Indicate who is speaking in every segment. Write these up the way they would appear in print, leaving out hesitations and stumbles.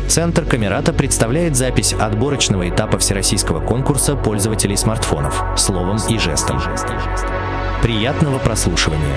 Speaker 1: Центр Камерата представляет запись отборочного этапа всероссийского конкурса пользователей смартфонов словом и жестом. Приятного прослушивания!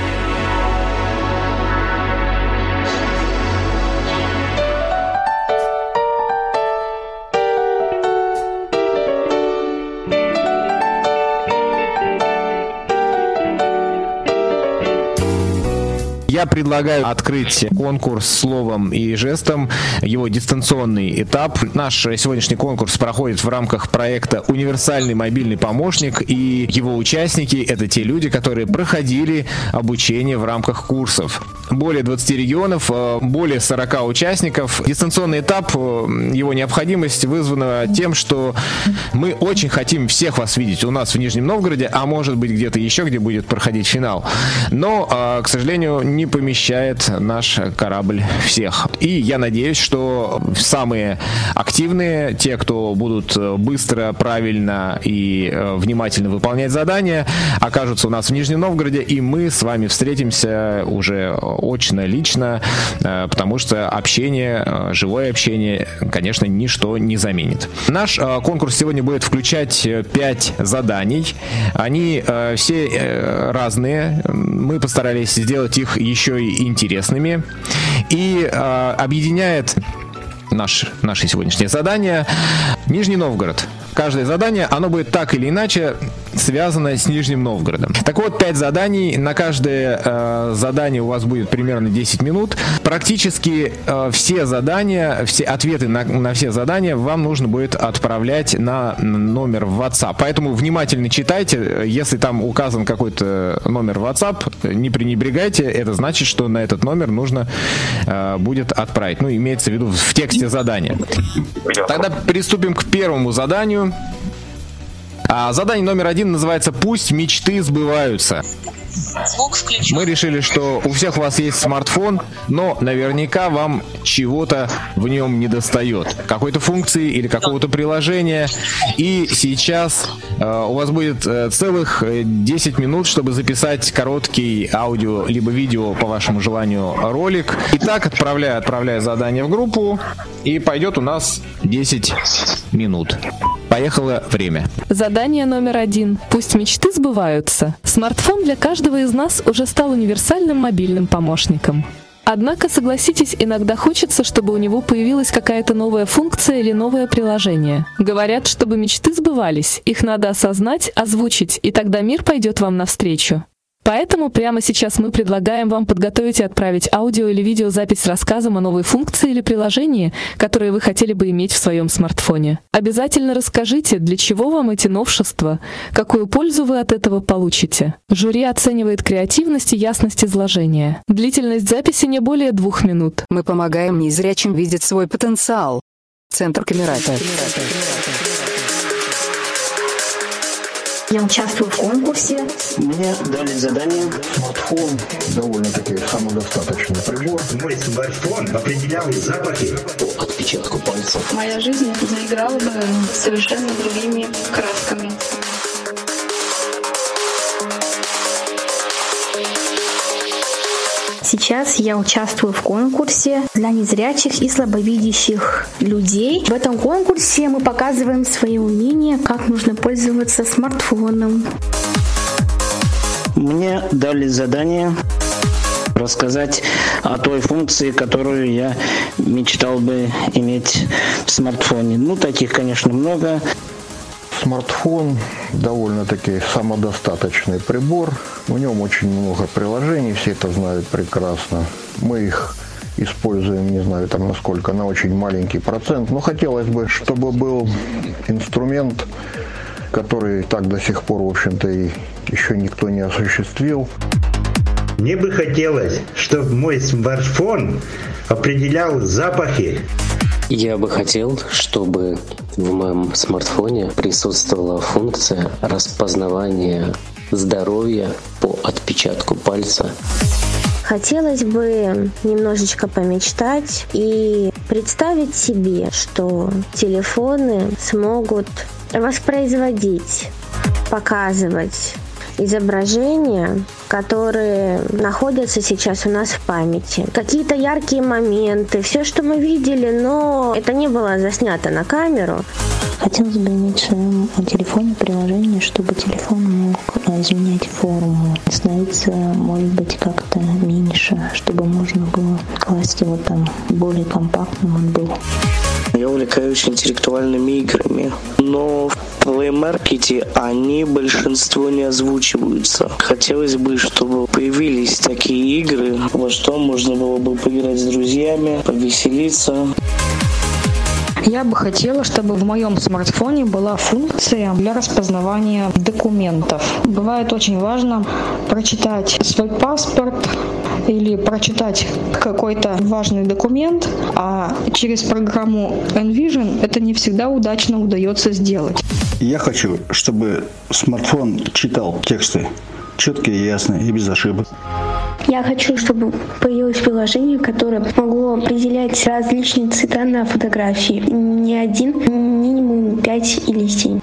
Speaker 2: Я предлагаю открыть конкурс словом и жестом, его дистанционный этап. Наш сегодняшний конкурс проходит в рамках проекта «Универсальный мобильный помощник», и его участники — это те люди, которые проходили обучение в рамках курсов. Более 20 регионов, более 40 участников. Дистанционный этап, его необходимость вызвана тем, что мы очень хотим всех вас видеть у нас в Нижнем Новгороде, а может быть где-то еще, где будет проходить финал. Но, к сожалению, не помещает наш корабль всех. И я надеюсь, что самые активные, те, кто будут быстро, правильно и внимательно выполнять задания, окажутся у нас в Нижнем Новгороде, и мы с вами встретимся уже очно, лично, потому что общение, живое общение, конечно, ничто не заменит. Наш конкурс сегодня будет включать 5 заданий. Они все разные. Мы постарались сделать их еще и интересными. И объединяет наше сегодняшнее задание Нижний Новгород. Каждое задание, оно будет так или иначе связано с Нижним Новгородом. Так вот, 5 заданий. На каждое задание у вас будет примерно 10 минут. Практически все задания, все ответы на все задания вам нужно будет отправлять на номер в WhatsApp. Поэтому внимательно читайте. Если там указан какой-то номер в WhatsApp, не пренебрегайте. Это значит, что на этот номер нужно будет отправить. Ну, имеется в виду в тексте задания. Тогда приступим к первому заданию. Задание номер 1 называется «Пусть мечты сбываются».
Speaker 3: Звук включен.
Speaker 2: Мы решили, что у всех у вас есть смартфон, но наверняка вам чего-то в нем недостает. Какой-то функции или какого-то приложения. И сейчас у вас будет целых 10 минут, чтобы записать короткий аудио либо видео, по вашему желанию, ролик. Итак, отправляя задание в группу, и пойдет у нас 10 минут. Поехало время.
Speaker 4: Задание номер 1. Пусть мечты сбываются. Смартфон для каждого из нас уже стал универсальным мобильным помощником. Однако, согласитесь, иногда хочется, чтобы у него появилась какая-то новая функция или новое приложение. Говорят, чтобы мечты сбывались, их надо осознать, озвучить, и тогда мир пойдет вам навстречу. Поэтому прямо сейчас мы предлагаем вам подготовить и отправить аудио или видеозапись с рассказом о новой функции или приложении, которые вы хотели бы иметь в своем смартфоне. Обязательно расскажите, для чего вам эти новшества, какую пользу вы от этого получите. Жюри оценивает креативность и ясность изложения. Длительность записи не более 2 минут.
Speaker 5: Мы помогаем незрячим видеть свой потенциал. Центр Камерата.
Speaker 6: Я участвую в конкурсе.
Speaker 7: Мне дали задание. Смартфон довольно-таки самодостаточный прибор.
Speaker 8: Мой смартфон определял запахи
Speaker 7: По отпечатку пальцев.
Speaker 3: Моя жизнь заиграла бы совершенно другими красками.
Speaker 6: Сейчас я участвую в конкурсе для незрячих и слабовидящих людей. В этом конкурсе мы показываем свои умения, как нужно пользоваться смартфоном.
Speaker 7: Мне дали задание рассказать о той функции, которую я мечтал бы иметь в смартфоне. Ну, таких, конечно, много.
Speaker 9: Смартфон довольно-таки самодостаточный прибор. В нем очень много приложений, все это знают прекрасно. Мы их используем, не знаю там насколько, на очень маленький процент. Но хотелось бы, чтобы был инструмент, который так до сих пор, в общем-то, и еще никто не осуществил.
Speaker 8: Мне бы хотелось, чтобы мой смартфон определял запахи.
Speaker 10: Я бы хотел, чтобы в моем смартфоне присутствовала функция распознавания здоровья по отпечатку пальца.
Speaker 11: Хотелось бы немножечко помечтать и представить себе, что телефоны смогут воспроизводить, показывать изображения, которые находятся сейчас у нас в памяти. Какие-то яркие моменты, все, что мы видели, но это не было заснято на камеру.
Speaker 12: Хотелось бы иметь в своем телефоне приложение, чтобы телефон мог изменять форму, становиться, может быть, как-то меньше, чтобы можно было класть его там более компактным он был.
Speaker 13: Я увлекаюсь интеллектуальными играми, но в Play Market они большинство не озвучиваются. Хотелось бы, чтобы появились такие игры, во что можно было бы поиграть с друзьями, повеселиться.
Speaker 14: Я бы хотела, чтобы в моем смартфоне была функция для распознавания документов. Бывает очень важно прочитать свой паспорт или прочитать какой-то важный документ, а через программу Envision это не всегда удачно удается сделать.
Speaker 15: Я хочу, чтобы смартфон читал тексты четкие, ясные и без ошибок.
Speaker 6: Я хочу, чтобы появилось приложение, которое могло определять различные цвета на фотографии. Не один, минимум 5 или 7.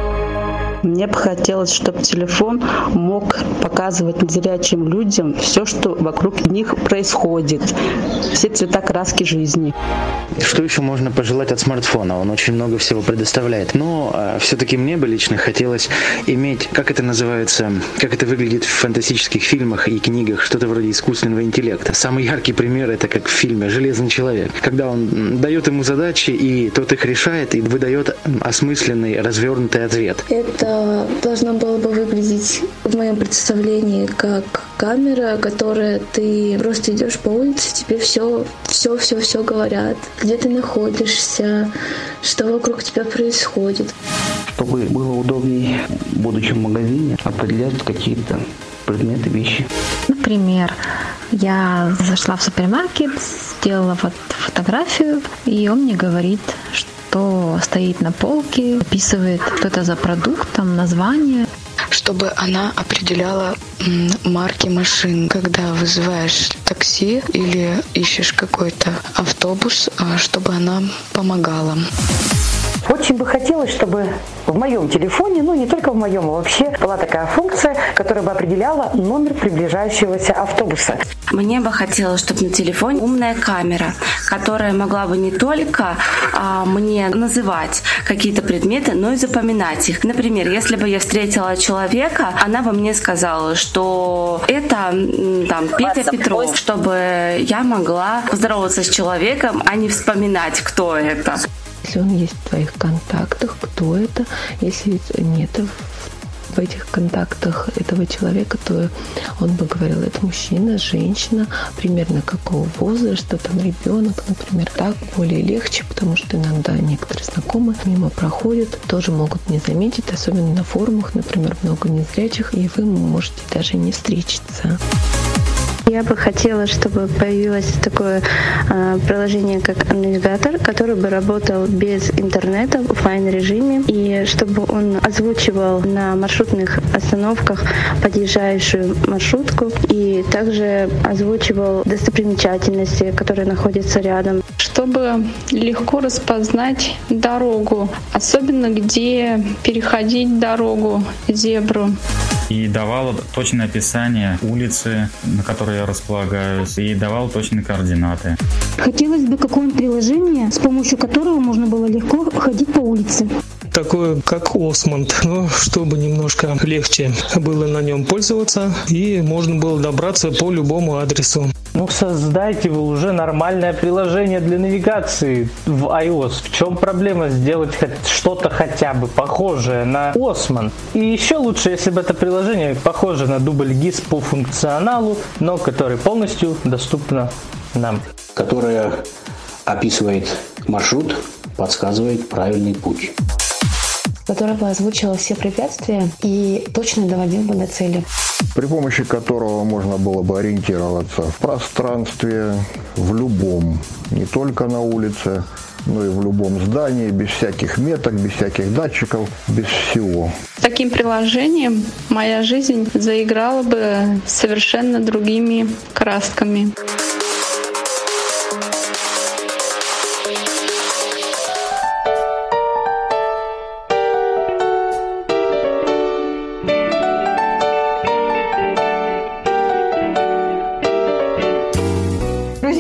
Speaker 16: Мне бы хотелось, чтобы телефон мог показывать незрячим людям все, что вокруг них происходит, все цвета, краски жизни.
Speaker 17: Что еще можно пожелать от смартфона? Он очень много всего предоставляет. Но все-таки мне бы лично хотелось иметь, как это называется, как это выглядит в фантастических фильмах и книгах, что-то вроде искусственного интеллекта. Самый яркий пример это как в фильме «Железный человек», когда он дает ему задачи, и тот их решает и выдает осмысленный, развернутый ответ.
Speaker 3: Это должно было бы выглядеть в моем представлении как камера, которая ты просто идешь по улице, тебе все говорят, где ты находишься, что вокруг тебя происходит.
Speaker 18: Чтобы было удобнее, будучи в магазине, определять какие-то предметы, вещи.
Speaker 19: Например, я зашла в супермаркет, сделала фотографию, и он мне говорит, что стоит на полке, описывает, что это за продукт, там название.
Speaker 20: Чтобы она определяла марки машин, когда вызываешь такси или ищешь какой-то автобус, чтобы она помогала.
Speaker 21: Очень бы хотелось, чтобы в моем телефоне, ну не только в моем, а вообще была такая функция, которая бы определяла номер приближающегося автобуса.
Speaker 22: Мне бы хотелось, чтобы на телефоне умная камера, которая могла бы не только мне называть какие-то предметы, но и запоминать их. Например, если бы я встретила человека, она бы мне сказала, что это там Петя Петров, чтобы я могла поздороваться с человеком, а не вспоминать, кто это.
Speaker 4: Если он есть в твоих контактах, кто это? Если нет в этих контактах этого человека, то он бы говорил, это мужчина, женщина, примерно какого возраста, там ребенок, например, так более легче, потому что иногда некоторые знакомые мимо проходят, тоже могут не заметить, особенно на форумах, например, много незрячих, и вы можете даже не встретиться.
Speaker 6: Я бы хотела, чтобы появилось такое приложение, как навигатор, который бы работал без интернета в офлайн-режиме, и чтобы он озвучивал на маршрутных остановках подъезжающую маршрутку и также озвучивал достопримечательности, которые находятся рядом.
Speaker 23: Чтобы легко распознать дорогу, особенно где переходить дорогу, зебру.
Speaker 24: И давал точное описание улицы, на которой я располагаюсь, и давал точные координаты.
Speaker 25: Хотелось бы какое-нибудь приложение, с помощью которого можно было легко ходить по улице.
Speaker 26: Такое, как Осмонд, но чтобы немножко легче было на нем пользоваться и можно было добраться по любому адресу.
Speaker 27: Ну, создайте вы уже нормальное приложение для навигации в iOS. В чем проблема сделать что-то хотя бы похожее на Осмонд? И еще лучше, если бы это приложение похоже на Дубль GIS по функционалу, но которое полностью доступно нам.
Speaker 18: Которое описывает маршрут, подсказывает правильный путь.
Speaker 28: Который бы озвучивал все препятствия и точно доводил бы до цели.
Speaker 9: При помощи которого можно было бы ориентироваться в пространстве, в любом, не только на улице, но и в любом здании, без всяких меток, без всяких датчиков, без всего.
Speaker 23: С таким приложением моя жизнь заиграла бы совершенно другими красками.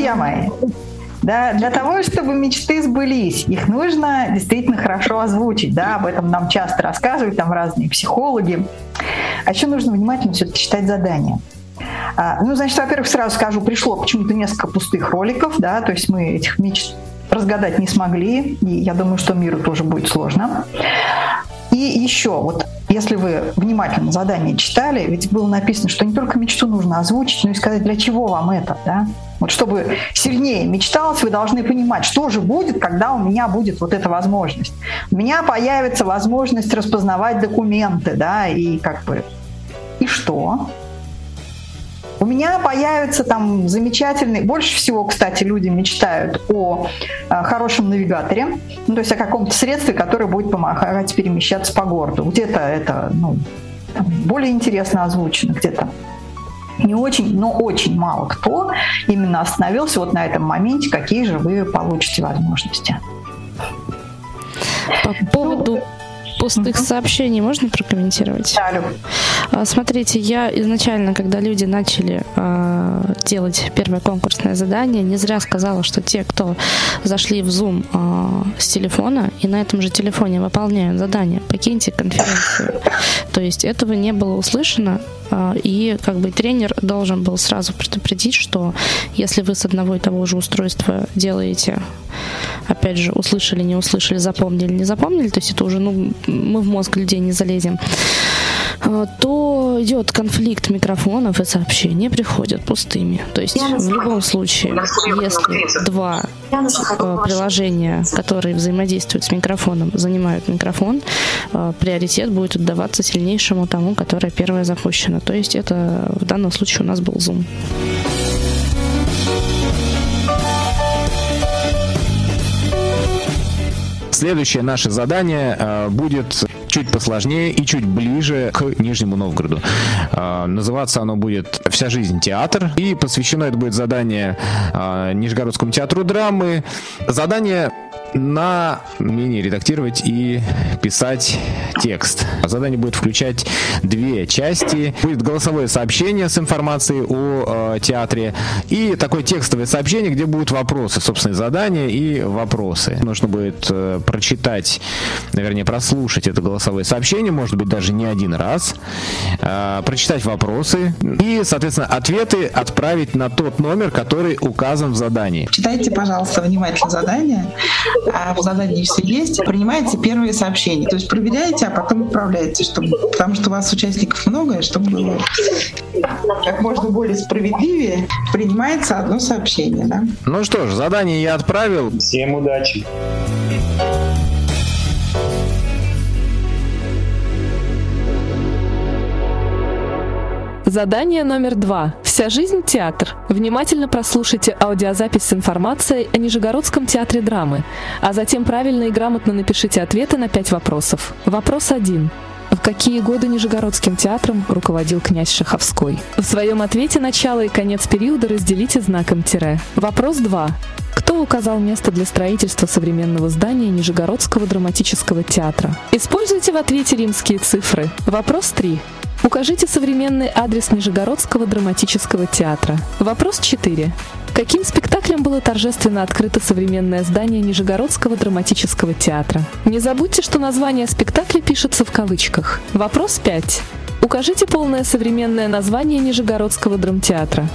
Speaker 1: Друзья мои, да, для того, чтобы мечты сбылись, их нужно действительно хорошо озвучить. Да, об этом нам часто рассказывают там разные психологи. А еще нужно внимательно все-таки читать задания. Значит, во-первых, сразу скажу, пришло почему-то несколько пустых роликов, да, то есть мы этих мечт разгадать не смогли, и я думаю, что миру тоже будет сложно. И еще, вот если вы внимательно задание читали, ведь было написано, что не только мечту нужно озвучить, но и сказать, для чего вам это, да? Вот чтобы сильнее мечталось, вы должны понимать, что же будет, когда у меня будет вот эта возможность. У меня появится возможность распознавать документы, да, и как бы, и что? У меня появится там замечательный... Больше всего, кстати, люди мечтают о хорошем навигаторе, то есть о каком-то средстве, которое будет помогать перемещаться по городу. Где-то это более интересно озвучено, где-то не очень, но очень мало кто именно остановился вот на этом моменте, какие же вы получите возможности.
Speaker 2: По поводу пустых сообщений можно прокомментировать?
Speaker 1: Да,
Speaker 2: смотрите, я изначально, когда люди начали делать первое конкурсное задание, не зря сказала, что те, кто зашли в Zoom с телефона и на этом же телефоне выполняют задание, покиньте конференцию. То есть этого не было услышано, и как бы тренер должен был сразу предупредить, что если вы с одного и того же устройства делаете, опять же, услышали, не услышали, запомнили, не запомнили, то есть это уже, мы в мозг людей не залезем, то идет конфликт микрофонов, и сообщения приходят пустыми. То есть в любом случае, если два приложения, которые взаимодействуют с микрофоном, занимают микрофон, приоритет будет отдаваться сильнейшему тому, которое первое запущено. То есть это в данном случае у нас был Zoom.
Speaker 5: Следующее наше задание будет чуть посложнее и чуть ближе к Нижнему Новгороду. Называться оно будет «Вся жизнь театр». И посвящено это будет задание Нижегородскому театру драмы. Задание на умение редактировать и писать текст. Задание будет включать две части. Будет голосовое сообщение с информацией о театре и такое текстовое сообщение, где будут вопросы, собственно, задания и вопросы. Нужно будет прочитать, вернее, прослушать это голосовое сообщение, может быть, даже не один раз, прочитать вопросы и, соответственно, ответы отправить на тот номер, который указан в задании.
Speaker 7: Читайте, пожалуйста, внимательно задание. В задании все есть. Принимайте первые сообщения. То есть проверяйте, а потом отправляйте, потому что у вас участников много, и чтобы было как можно более справедливее, принимается одно сообщение. Да?
Speaker 5: Ну что ж, задание я отправил.
Speaker 8: Всем удачи!
Speaker 4: Задание номер 2. «Вся жизнь – театр». Внимательно прослушайте аудиозапись с информацией о Нижегородском театре драмы, а затем правильно и грамотно напишите ответы на 5 вопросов. Вопрос 1. В какие годы Нижегородским театром руководил князь Шаховской? В своем ответе начало и конец периода разделите знаком тире. Вопрос 2. Кто указал место для строительства современного здания Нижегородского драматического театра? Используйте в ответе римские цифры. Вопрос 3. Укажите современный адрес Нижегородского драматического театра. Вопрос 4. Каким спектаклем было торжественно открыто современное здание Нижегородского драматического театра? Не забудьте, что название спектакля пишется в кавычках. Вопрос 5. Укажите полное современное название Нижегородского драмтеатра.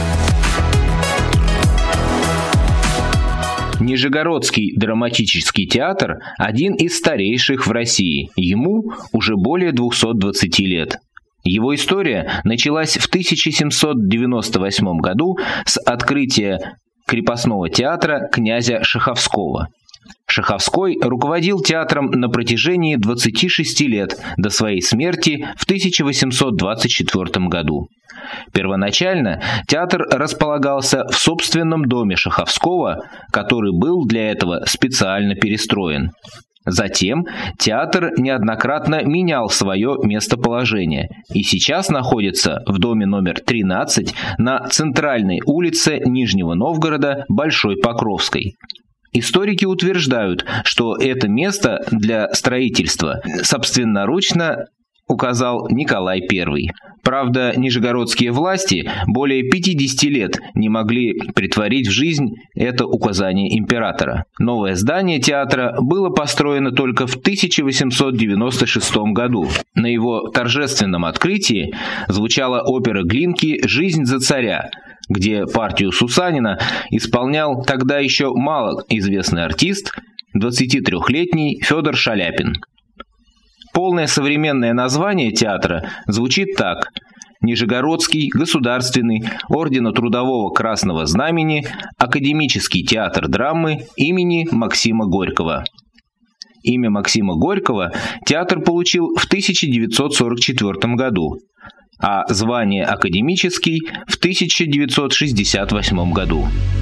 Speaker 10: Нижегородский драматический театр – один из старейших в России. Ему уже более 220 лет. Его история началась в 1798 году с открытия крепостного театра князя Шаховского. Шаховской руководил театром на протяжении 26 лет до своей смерти в 1824 году. Первоначально театр располагался в собственном доме Шаховского, который был для этого специально перестроен. Затем театр неоднократно менял свое местоположение и сейчас находится в доме номер 13 на центральной улице Нижнего Новгорода Большой Покровской. Историки утверждают, что это место для строительства собственноручно указал Николай I. Правда, нижегородские власти более 50 лет не могли претворить в жизнь это указание императора. Новое здание театра было построено только в 1896 году. На его торжественном открытии звучала опера Глинки «Жизнь за царя», где партию Сусанина исполнял тогда еще малоизвестный артист, 23-летний Федор Шаляпин. Полное современное название театра звучит так: Нижегородский государственный ордена Трудового Красного Знамени Академический театр драмы имени Максима Горького. Имя Максима Горького театр получил в 1944 году, а звание академический в 1968 году.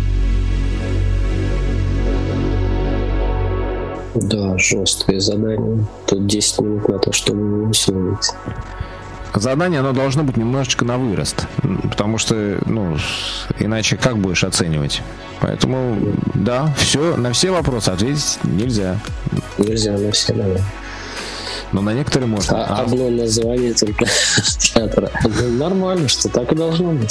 Speaker 8: Да, жесткое задание. Тут 10 минут на то, чтобы усвоить.
Speaker 5: Задание, оно должно быть немножечко на вырост, потому что, иначе как будешь оценивать? Поэтому, да, на все вопросы ответить нельзя.
Speaker 8: Нельзя на все, да.
Speaker 5: Но на некоторые можно.
Speaker 8: Одно название только театра. Нормально, что так и должно быть.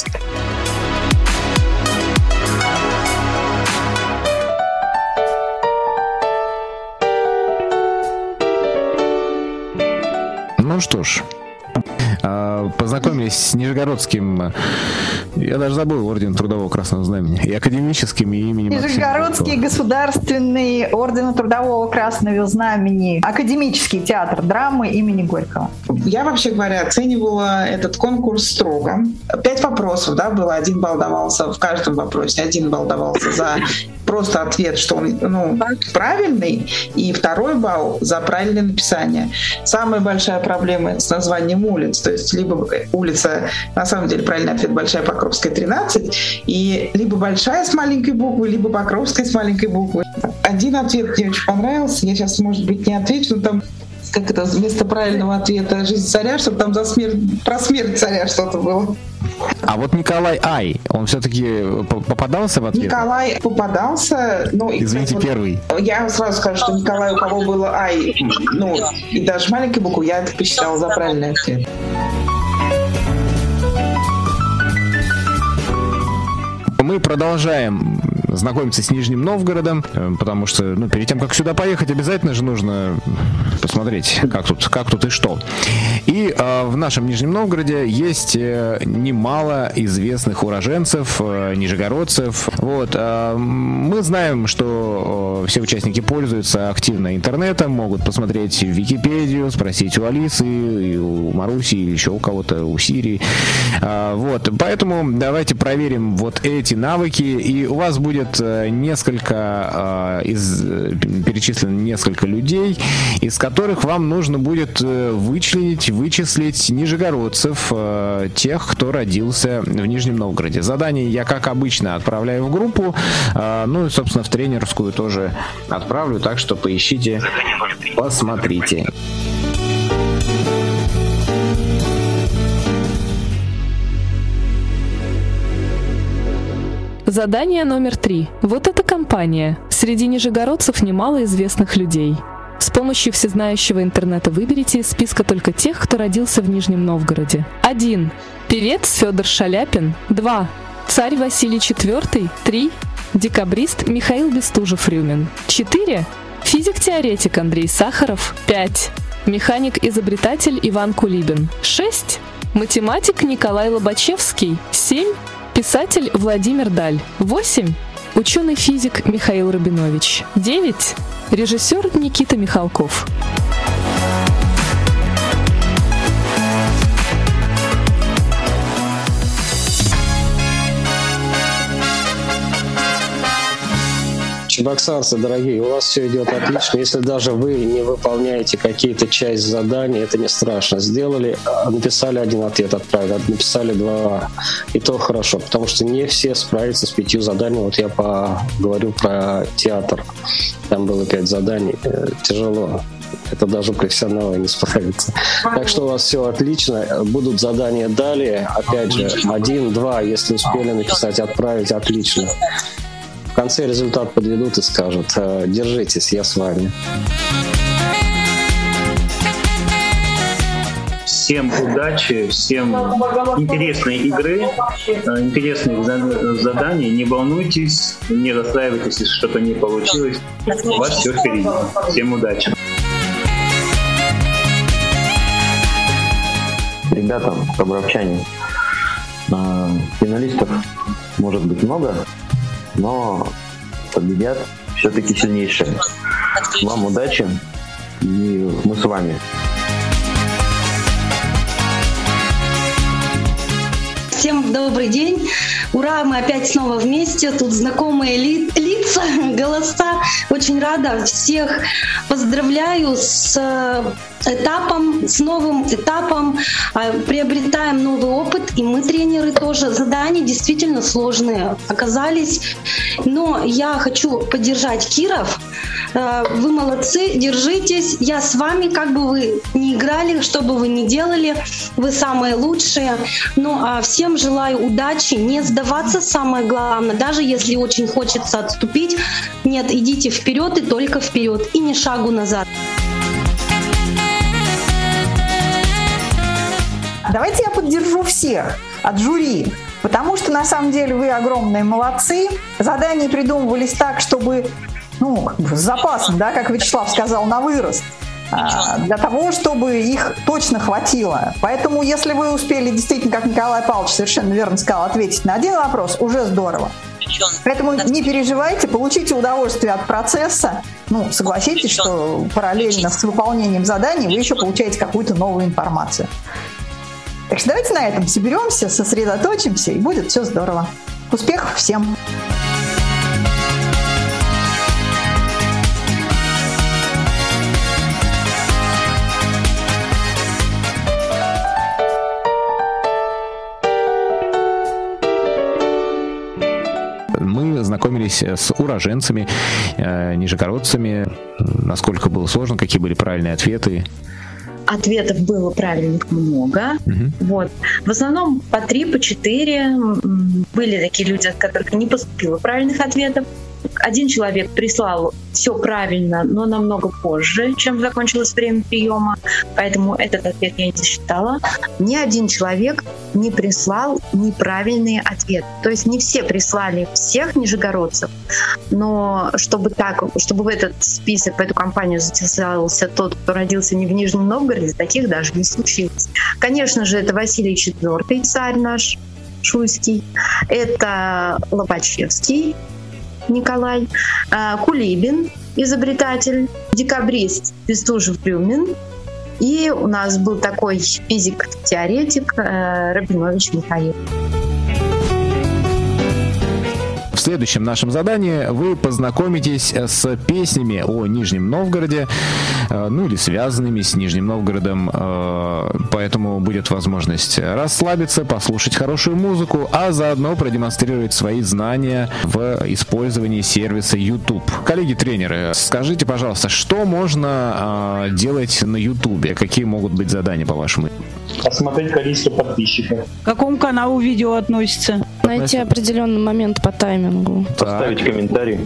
Speaker 5: Ну что ж, познакомились с Нижегородским, я даже забыл, орден Трудового Красного Знамени, и академическим, и именем
Speaker 1: Нижегородский государственный орден Трудового Красного Знамени, академический театр драмы имени Горького.
Speaker 7: Я, вообще говоря, оценивала этот конкурс строго. 5 вопросов, было, 1 балл давался в каждом вопросе, 1 балл давался за просто ответ, что он правильный, и 2 балл за правильное написание. Самая большая проблема с названием улиц, то есть либо улица, на самом деле правильный ответ Большая Покровская, 13, и либо Большая с маленькой буквы, либо Покровская с маленькой буквы. Один ответ мне очень понравился, я сейчас, может быть, не отвечу, но там вместо правильного ответа «Жизнь царя», чтобы там про смерть царя что-то было.
Speaker 5: А вот Николай Ай, он все-таки попадался в ответ?
Speaker 7: Николай попадался.
Speaker 5: Извините, первый.
Speaker 7: Я сразу скажу, что Николай, у кого было Ай, и даже маленькой буквы, я это посчитала за правильный ответ.
Speaker 5: Мы продолжаем знакомиться с Нижним Новгородом, потому что, перед тем, как сюда поехать, обязательно же нужно посмотреть, как тут и что. И в нашем Нижнем Новгороде есть немало известных уроженцев, нижегородцев. Мы знаем, что все участники пользуются активно интернетом, могут посмотреть в Википедию, спросить у Алисы, и у Маруси, или еще у кого-то, у Сирии. Поэтому давайте проверим эти навыки, и у вас будет перечислено несколько людей, из которых вам нужно будет вычислить нижегородцев, тех, кто родился в Нижнем Новгороде. Задание я, как обычно, отправляю в группу, и, собственно, в тренерскую тоже отправлю, так что поищите, посмотрите.
Speaker 4: Задание номер 3. Вот эта компания. Среди нижегородцев немало известных людей. С помощью всезнающего интернета выберите из списка только тех, кто родился в Нижнем Новгороде. 1. Певец Федор Шаляпин. 2. Царь Василий IV. 3. Декабрист Михаил Бестужев-Рюмин. 4. Физик-теоретик Андрей Сахаров. 5. Механик-изобретатель Иван Кулибин. 6. Математик Николай Лобачевский. 7. Писатель Владимир Даль. 8. Ученый-физик Михаил Рабинович. 9. Режиссер Никита Михалков.
Speaker 8: Чебоксарцы, дорогие, у вас все идет отлично. Если даже вы не выполняете какие-то часть заданий, это не страшно. Сделали, написали 1 ответ, отправили, написали 2. И то хорошо, потому что не все справятся с 5 заданиями. Я говорю про театр. Там было 5 заданий. Тяжело. Это даже профессионалы не справятся. Так что у вас все отлично. Будут задания далее. Опять же, 1, 2, если успели написать, отправить, отлично. В конце результат подведут и скажут: держитесь, я с вами.
Speaker 3: Всем удачи, всем интересной игры, интересных заданий. Не волнуйтесь, не расстраивайтесь, если что-то не получилось. У вас все впереди. Всем удачи.
Speaker 11: Ребята, кобровчане, финалистов может быть много, но победят все-таки сильнейшие. Вам удачи, и мы с вами.
Speaker 25: Всем добрый день. Ура, мы опять снова вместе. Тут знакомые лица, голоса. Очень рада всех. Поздравляю с этапом, с новым этапом. Приобретаем новый опыт. И мы, тренеры, тоже. Задания действительно сложные оказались. Но я хочу поддержать Киров. Вы молодцы, держитесь. Я с вами, как бы вы ни играли, что бы вы ни делали. Вы самые лучшие. Ну а всем желаю удачи, не сдаваться, самое главное. Даже если очень хочется отступить, нет, идите вперед и только вперед, и ни шагу назад.
Speaker 1: Давайте я поддержу всех от жюри, потому что на самом деле вы огромные молодцы. Задания придумывались так, чтобы, с запасом, да, как Вячеслав сказал, на вырост. Для того, чтобы их точно хватило. Поэтому, если вы успели действительно, как Николай Павлович совершенно верно сказал, ответить на один вопрос, уже здорово. Поэтому не переживайте, получите удовольствие от процесса. Согласитесь, что параллельно с выполнением заданий вы еще получаете какую-то новую информацию. Так что давайте на этом соберемся, сосредоточимся, и будет все здорово. Успехов всем!
Speaker 5: Знакомились с уроженцами, нижегородцами. Насколько было сложно, какие были правильные ответы?
Speaker 12: Ответов было правильных много. Вот. В основном по 3, по 4. Были такие люди, от которых не поступило правильных ответов. Один человек прислал все правильно, но намного позже, чем закончилось время приема, поэтому этот ответ я не засчитала. Ни один человек не прислал неправильный ответ. То есть не все прислали всех нижегородцев, но чтобы в этот список, в эту компанию затесался тот, кто родился не в Нижнем Новгороде, таких даже не случилось. Конечно же, это Василий IV, царь наш шуйский, это Лобачевский Николай, Кулибин, изобретатель, декабрист Бестужев-Рюмин, и у нас был такой физик-теоретик Рабинович Михаил.
Speaker 5: В следующем нашем задании вы познакомитесь с песнями о Нижнем Новгороде, или связанными с Нижним Новгородом, поэтому будет возможность расслабиться, послушать хорошую музыку, а заодно продемонстрировать свои знания в использовании сервиса YouTube. Коллеги-тренеры, скажите, пожалуйста, что можно делать на YouTube? Какие могут быть задания, по-вашему?
Speaker 3: Посмотреть количество подписчиков.
Speaker 13: К какому каналу видео относится?
Speaker 2: Найти определенный момент по таймингу.
Speaker 11: Поставить комментарий.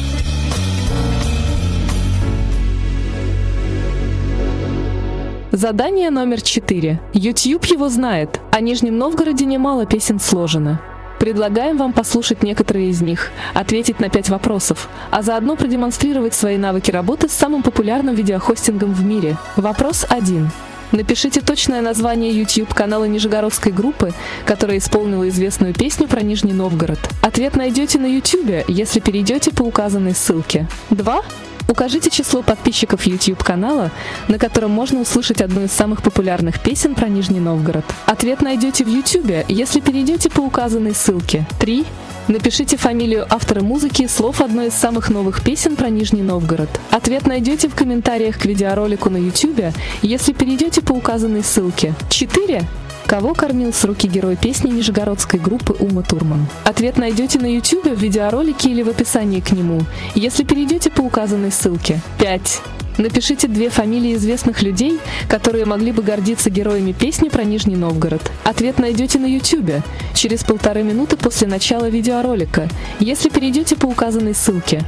Speaker 4: Задание номер 4. YouTube его знает. О Нижнем Новгороде немало песен сложено. Предлагаем вам послушать некоторые из них, ответить на 5 вопросов, а заодно продемонстрировать свои навыки работы с самым популярным видеохостингом в мире. Вопрос 1. Напишите точное название YouTube-канала нижегородской группы, которая исполнила известную песню про Нижний Новгород. Ответ найдете на YouTube, если перейдете по указанной ссылке. 2. Укажите число подписчиков YouTube-канала, на котором можно услышать одну из самых популярных песен про Нижний Новгород. Ответ найдете в YouTube, если перейдете по указанной ссылке. 3. Напишите фамилию автора музыки и слов одной из самых новых песен про Нижний Новгород. Ответ найдете в комментариях к видеоролику на YouTube, если перейдете по указанной ссылке. 4. Кого кормил с руки герой песни нижегородской группы Ума Турман? Ответ найдете на YouTube, в видеоролике или в описании к нему, если перейдете по указанной ссылке. 5. Напишите 2 фамилии известных людей, которые могли бы гордиться героями песни про Нижний Новгород. Ответ найдете на YouTube через 1,5 минуты после начала видеоролика, если перейдете по указанной ссылке.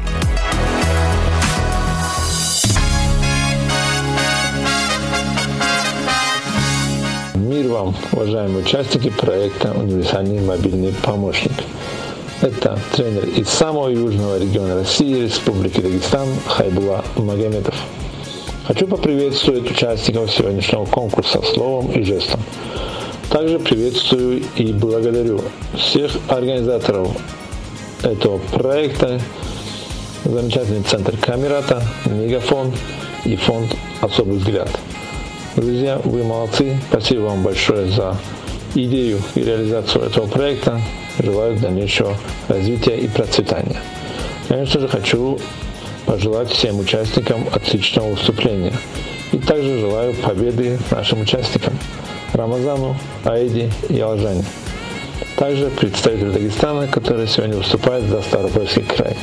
Speaker 14: вам, уважаемые участники проекта «Универсальный мобильный помощник». Это тренер из самого южного региона России, Республики Дагестан, Хайбула Магомедов. Хочу поприветствовать участников сегодняшнего конкурса словом и жестом. Также приветствую и благодарю всех организаторов этого проекта, замечательный центр Камерата, Мегафон и фонд «Особый взгляд». Друзья, вы молодцы. Спасибо вам большое за идею и реализацию этого проекта. Желаю дальнейшего развития и процветания. Конечно же, хочу пожелать всем участникам отличного выступления. И также желаю победы нашим участникам Рамазану, Аиде и Алжане. Также представитель Дагестана, который сегодня выступает за Ставропольский край.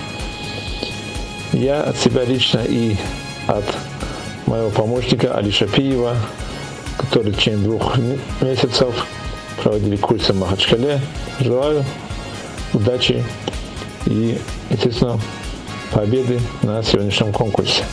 Speaker 14: Я от себя лично и от моего помощника Али Шапиева, который в течение 2 месяцев проводили курсы в Махачкале. Желаю удачи и, естественно, победы на сегодняшнем конкурсе.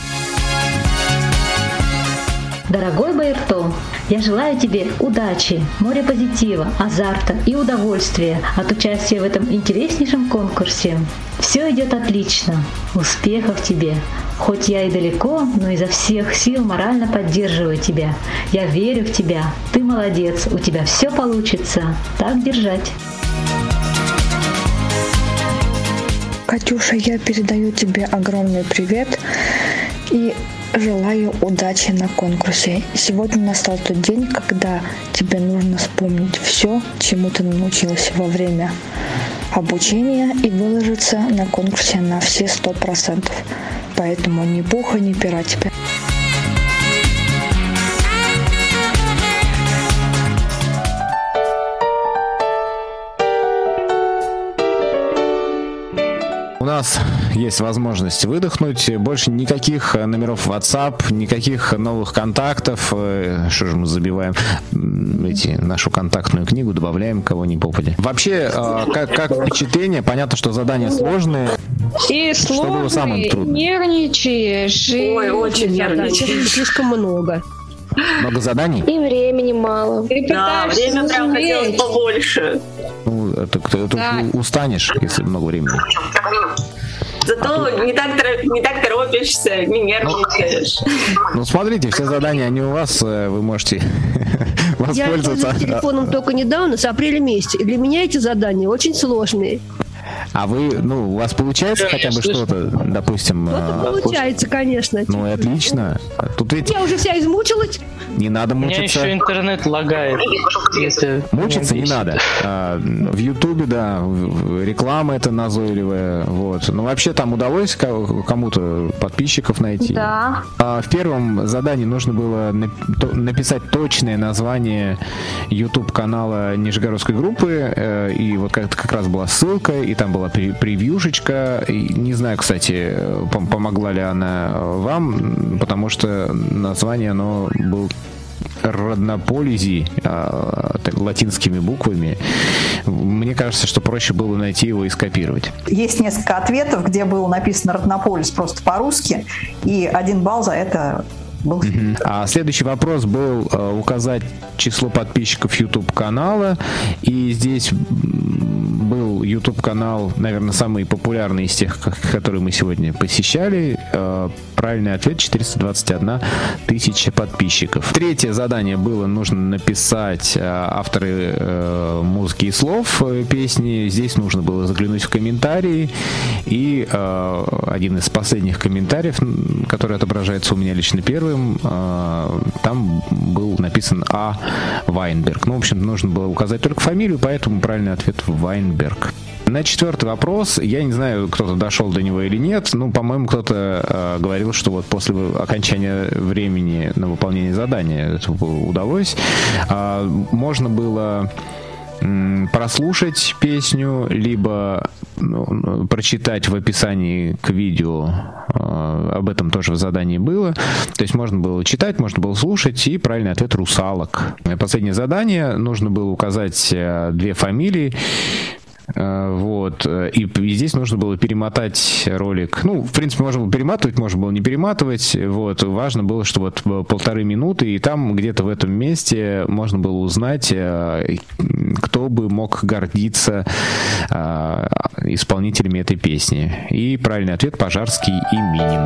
Speaker 15: Дорогой Баиртон, я желаю тебе удачи, моря позитива, азарта и удовольствия от участия в этом интереснейшем конкурсе. Все идет отлично. Успехов тебе. Хоть я и далеко, но изо всех сил морально поддерживаю тебя. Я верю в тебя. Ты молодец. У тебя все получится. Так держать.
Speaker 28: Катюша, я передаю тебе огромный привет и желаю удачи на конкурсе. Сегодня настал тот день, когда тебе нужно вспомнить все, чему ты научился во время обучения и выложиться на конкурсе на все 100%. Поэтому ни пуха, ни пера тебе.
Speaker 5: У нас есть возможность выдохнуть. Больше никаких номеров WhatsApp, никаких новых контактов. Что же мы забиваем нашу контактную книгу, добавляем кого ни попадя. Вообще, как впечатление? Понятно, что задания сложные.
Speaker 16: И
Speaker 5: что было самым трудным?
Speaker 16: Нервничаешь. Ой, очень нервничаешь. Слишком много.
Speaker 5: Много заданий?
Speaker 16: И времени мало.
Speaker 17: Да, время прям хотелось побольше.
Speaker 5: Ну, это устанешь, если много времени.
Speaker 17: Зато не так торопишься, не нервничаешь.
Speaker 5: Ну, смотрите, все задания, они у вас, вы можете воспользоваться.
Speaker 16: Я пользуюсь телефоном только недавно, с апреля месяца. И для меня эти задания очень сложные.
Speaker 5: А вы, у вас получается хотя бы что-то, допустим...
Speaker 16: Получается, конечно.
Speaker 5: Ну и отлично. Тут ведь...
Speaker 16: Я уже вся измучилась.
Speaker 5: Не надо мучиться.
Speaker 27: У меня еще интернет лагает.
Speaker 5: Мучиться не надо. В Ютубе, да, реклама это назойливая. Вот. Но вообще там удалось кому-то подписчиков найти?
Speaker 16: Да.
Speaker 5: В первом задании нужно было написать точное название YouTube-канала Нижегородской группы. И вот как раз была ссылка, и там была превьюшечка. И не знаю, кстати, помогла ли она вам, потому что название оно было Роднополизи латинскими буквами. Мне кажется, что проще было найти его и скопировать.
Speaker 1: Есть несколько ответов, где было написано Роднополис просто по-русски, и 1 балл за это был.
Speaker 5: А следующий вопрос был указать число подписчиков YouTube-канала, и здесь был YouTube-канал, наверное, самый популярный из тех, которые мы сегодня посещали. Правильный ответ — 421 тысяча подписчиков. Третье задание было: нужно написать авторы музыки и слов песни. Здесь нужно было заглянуть в комментарии, и один из последних комментариев, который отображается у меня лично первым, там был написан А. Вайнберг. В общем, нужно было указать только фамилию, поэтому правильный ответ — Вайнберг. На 4-й вопрос, я не знаю, кто-то дошел до него или нет, по-моему, кто-то говорил, что вот после окончания времени на выполнение задания это удалось. Можно было прослушать песню, либо прочитать в описании к видео, об этом тоже в задании было. То есть можно было читать, можно было слушать, и правильный ответ — «Русалок». Последнее задание, нужно было указать 2 фамилии. Вот. И здесь нужно было перемотать ролик. Ну, в принципе, можно было перематывать, можно было не перематывать. Вот. Важно было, что вот 1,5 минуты, и там где-то в этом месте можно было узнать, кто бы мог гордиться исполнителями этой песни. И правильный ответ — Пожарский и Минин.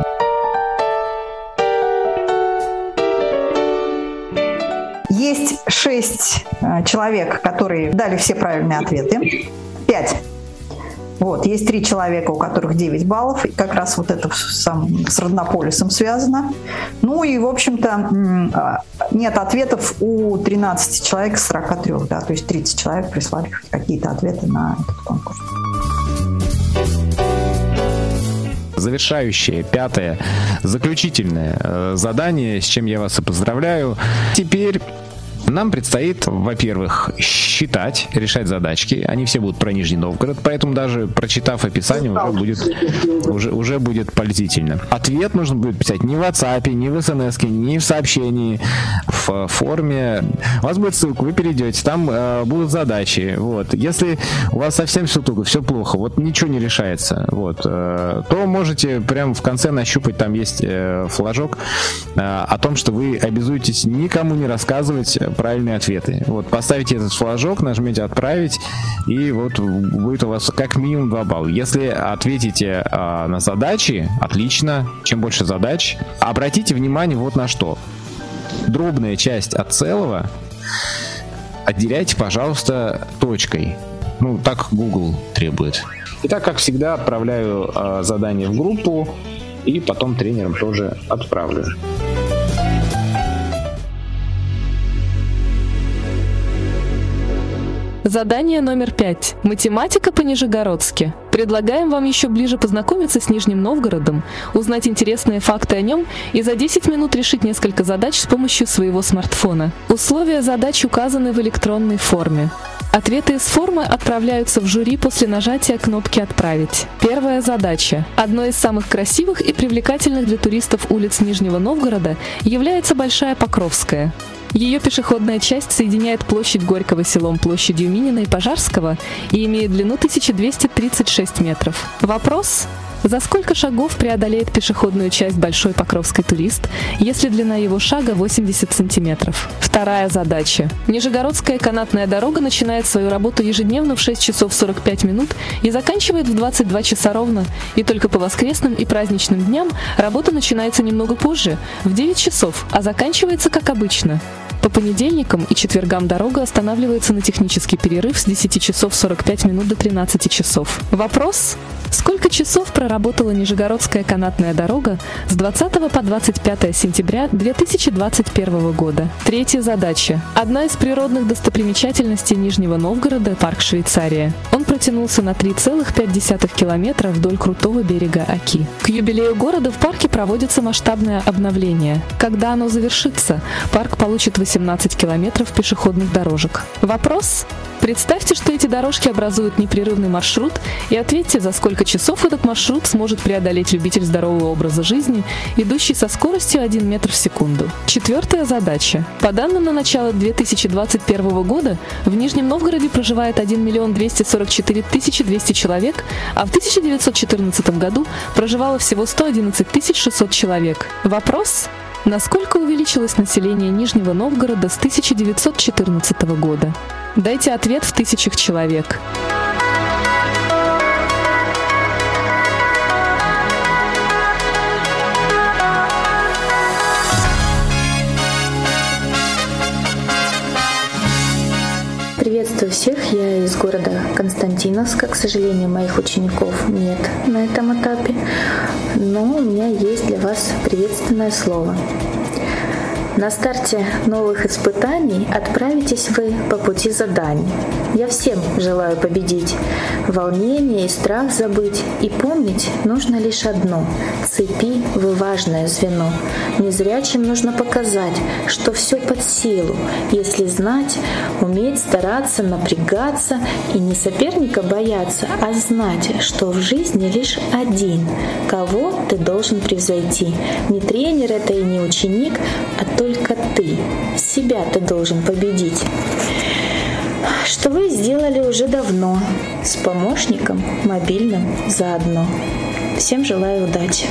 Speaker 1: Есть 6 человек, которые дали все правильные ответы. 5. Вот, есть 3 человека, у которых 9 баллов, и как раз вот это с Роднополисом связано. Ну и, в общем-то, нет ответов у 13 человек из 43, да, то есть 30 человек прислали какие-то ответы на этот конкурс.
Speaker 5: Завершающее, 5-е, заключительное задание, с чем я вас и поздравляю. Теперь нам предстоит, во-первых, считать, решать задачки. Они все будут про Нижний Новгород, поэтому даже прочитав описание уже будет пользительно. Ответ нужно будет писать не в WhatsApp, не в SMS, не в сообщении, в форме. У вас будет ссылка, вы перейдете, там будут задачи. Вот. Если у вас совсем все туго, все плохо, вот ничего не решается, вот, то можете прямо в конце нащупать, там есть флажок о том, что вы обязуетесь никому не рассказывать правильные ответы. Вот, поставите этот флажок, нажмите «Отправить», и вот будет у вас как минимум 2 балла. Если ответите на задачи, отлично. Чем больше задач, обратите внимание вот на что. Дробная часть от целого отделяйте, пожалуйста, точкой. Ну, так Google требует. Итак, как всегда, отправляю задание в группу, и потом тренерам тоже отправлю.
Speaker 4: Задание номер 5. Математика по-нижегородски. Предлагаем вам еще ближе познакомиться с Нижним Новгородом, узнать интересные факты о нем и за 10 минут решить несколько задач с помощью своего смартфона. Условия задач указаны в электронной форме. Ответы из формы отправляются в жюри после нажатия кнопки «Отправить». Первая задача. Одной из самых красивых и привлекательных для туристов улиц Нижнего Новгорода является Большая Покровская. Ее пешеходная часть соединяет площадь Горького с селом площадью Минина и Пожарского и имеет длину 1236 метров. Вопрос: за сколько шагов преодолеет пешеходную часть Большой Покровской турист, если длина его шага 80 сантиметров? Вторая задача. Нижегородская канатная дорога начинает свою работу ежедневно в 6 часов 45 минут и заканчивает в 22 часа ровно. И только по воскресным и праздничным дням работа начинается немного позже, в 9 часов, а заканчивается как обычно. По понедельникам и четвергам дорога останавливается на технический перерыв с 10 часов 45 минут до 13 часов. Вопрос: сколько часов проработала Нижегородская канатная дорога с 20 по 25 сентября 2021 года? Третья задача. Одна из природных достопримечательностей Нижнего Новгорода – парк Швейцария. Он протянулся на 3,5 километра вдоль крутого берега Оки. К юбилею города в парке проводится масштабное обновление. Когда оно завершится, парк получит 18 километров пешеходных дорожек. Вопрос: представьте, что эти дорожки образуют непрерывный маршрут, и ответьте, за сколько часов этот маршрут сможет преодолеть любитель здорового образа жизни, идущий со скоростью 1 метр в секунду. Четвертая задача. По данным на начало 2021 года, в Нижнем Новгороде проживает 1 244 200 человек, а в 1914 году проживало всего 111 600 человек. Вопрос: насколько увеличилось население Нижнего Новгорода с 1914 года? Дайте ответ в тысячах человек.
Speaker 15: Приветствую всех, я из города Константиновска. К сожалению, моих учеников нет на этом этапе, но у меня есть для вас приветственное слово. На старте новых испытаний отправитесь вы по пути заданий. Я всем желаю победить, волнение и страх забыть, и помнить нужно лишь одно — цепи вы важное звено. Незрячим нужно показать, что все под силу, если знать, уметь стараться, напрягаться и не соперника бояться, а знать, что в жизни лишь один, кого ты должен превзойти. Не тренер это и не ученик, а только ты. Себя ты должен победить. что вы сделали уже давно, с помощником мобильным заодно. Всем желаю удачи.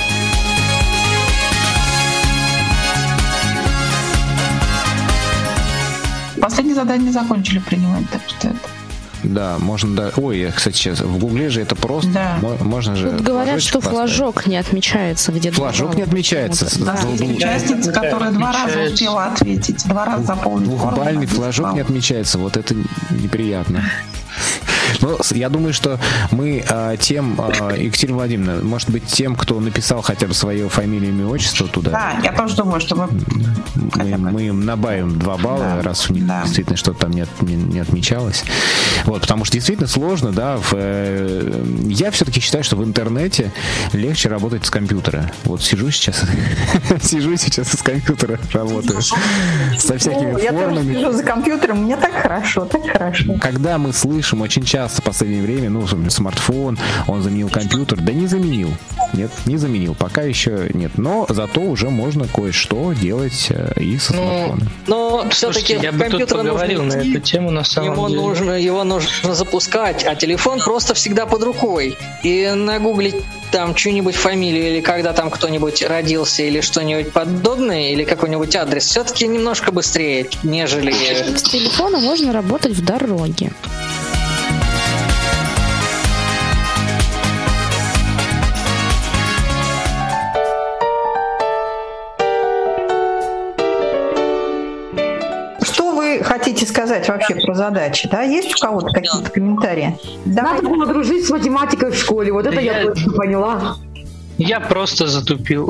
Speaker 7: Последнее задание закончили принимать, так что это...
Speaker 5: Да, можно да. Ой, я, кстати, сейчас в Гугле же это просто.
Speaker 7: Да.
Speaker 5: Можно же.
Speaker 2: Тут говорят, что флажок не отмечается где-то.
Speaker 5: Флажок не отмечается.
Speaker 7: Да, участница, которая 2 раза успела ответить, 2 раза заполнить.
Speaker 5: Двухбальный флажок не отмечается. Вот это неприятно. Ну, я думаю, что мы тем, Екатерина Владимировна, может быть, тем, кто написал хотя бы свое фамилию, имя, отчество туда.
Speaker 7: Да, я тоже думаю, что
Speaker 5: мы им добавим 2 балла, да, раз у них действительно что-то там не отмечалось. Вот, потому что действительно сложно, да. Я все-таки считаю, что в интернете легче работать с компьютера. Вот сижу сейчас с компьютера работаю. Со всякими формами.
Speaker 1: Я тоже сижу за компьютером, мне так хорошо, так хорошо.
Speaker 5: Когда мы слышим очень часто в последнее время, смартфон, он заменил компьютер. Да не заменил. Нет, не заменил. Пока еще нет. Но зато уже можно кое-что делать и со смартфона.
Speaker 6: Но все-таки
Speaker 27: я бы тут поговорил на эту тему, на самом деле.
Speaker 6: Его нужно запускать, а телефон просто всегда под рукой. И нагуглить там чью-нибудь фамилию, или когда там кто-нибудь родился, или что-нибудь подобное, или какой-нибудь адрес, все-таки немножко быстрее, нежели...
Speaker 2: С телефона можно работать в дороге.
Speaker 1: Хотите сказать вообще про задачи, да? Есть у кого-то какие-то комментарии?
Speaker 18: Надо было дружить с математикой в школе, вот это я точно поняла.
Speaker 27: Я просто затупил.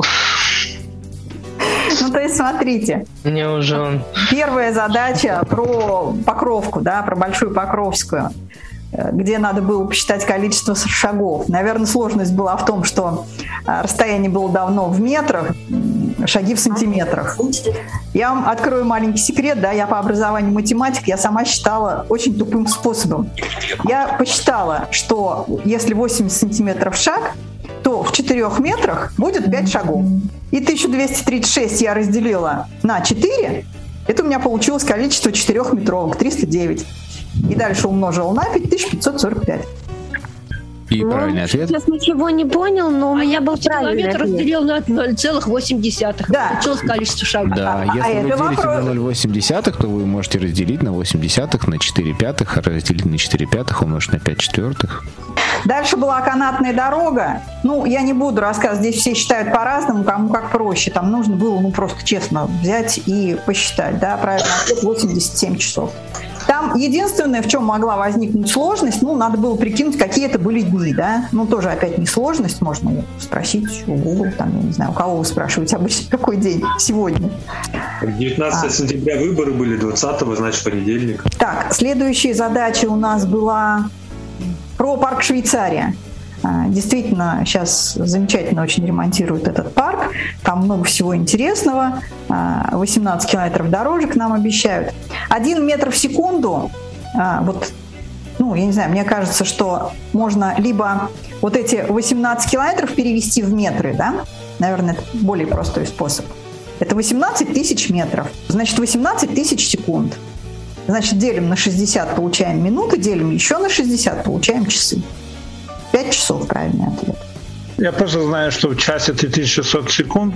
Speaker 1: Ну, то есть, смотрите.
Speaker 27: Мне уже
Speaker 1: Первая задача про Покровку, да, про Большую Покровскую, где надо было посчитать количество шагов. Наверное, сложность была в том, что расстояние было давно в метрах, шаги в сантиметрах. Я вам открою маленький секрет, да, я по образованию математик, я сама считала очень тупым способом. Я посчитала, что если 80 сантиметров шаг, то в 4 метрах будет 5 шагов. И 1236 я разделила на 4, это у меня получилось количество 4-метровок, 309. И дальше умножила на 5545.
Speaker 5: И правильный ответ?
Speaker 16: Сейчас ничего не понял, но у меня был правильный ответ. Разделил на 0,8.
Speaker 1: Да.
Speaker 16: Получилось количество шагов.
Speaker 5: Да, если вы делите на 0,8, то вы можете разделить на 0,8 на 4 пятых, разделить на 4 пятых, умножить на 5 четвертых.
Speaker 1: Дальше была канатная дорога. Ну, я не буду рассказывать, здесь все считают по-разному, кому как проще. Там нужно было, просто честно взять и посчитать, да, правильно, 87 часов. Там единственное, в чем могла возникнуть сложность, надо было прикинуть, какие это были дни, да. Тоже опять не сложность, можно спросить у Google, там, я не знаю, у кого вы спрашиваете обычно, какой день сегодня.
Speaker 19: 19 сентября выборы были, 20-го, значит, понедельник.
Speaker 1: Так, следующая задача у нас была про парк Швейцария. Действительно, сейчас замечательно очень ремонтируют этот парк. Там много всего интересного. 18 километров дорожек нам обещают. 1 метр в секунду. Я не знаю, мне кажется, что можно либо вот эти 18 километров перевести в метры, да? Наверное, это более простой способ. Это 18 тысяч метров. Значит, 18 тысяч секунд. Значит, делим на 60, получаем минуты, делим еще на 60, получаем часы. 5 часов, правильный ответ.
Speaker 14: Я просто знаю, что в часе 3600 секунд.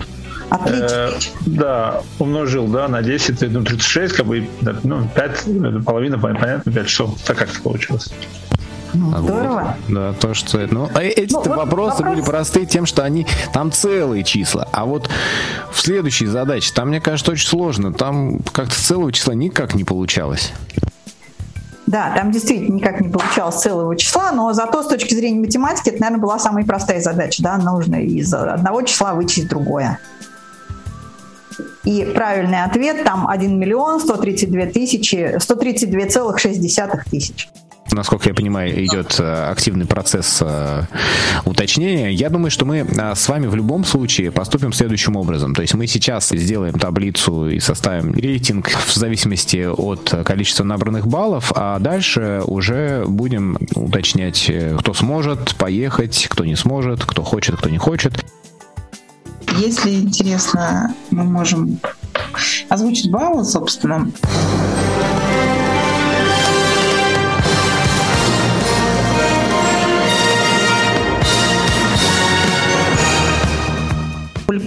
Speaker 14: Умножил, на 10, 36, 5, половина, понятно, 5 часов. Так как это получилось.
Speaker 1: Здорово.
Speaker 5: Да, то, что это. Эти вопросы были просты тем, что они там целые числа. А вот в следующей задаче, там, мне кажется, очень сложно. Там как-то целого числа никак не получалось.
Speaker 1: Да, там действительно никак не получалось целого числа, но зато с точки зрения математики это, наверное, была самая простая задача. Да? Нужно из одного числа вычесть другое. И правильный ответ там 1 132,6 тысяч.
Speaker 5: Насколько я понимаю, идет активный процесс уточнения. Я думаю, что мы с вами в любом случае поступим следующим образом. То есть мы сейчас сделаем таблицу и составим рейтинг в зависимости от количества набранных баллов, а дальше уже будем уточнять, кто сможет поехать, кто не сможет, кто хочет, кто не хочет.
Speaker 7: Если интересно, мы можем озвучить баллы, собственно.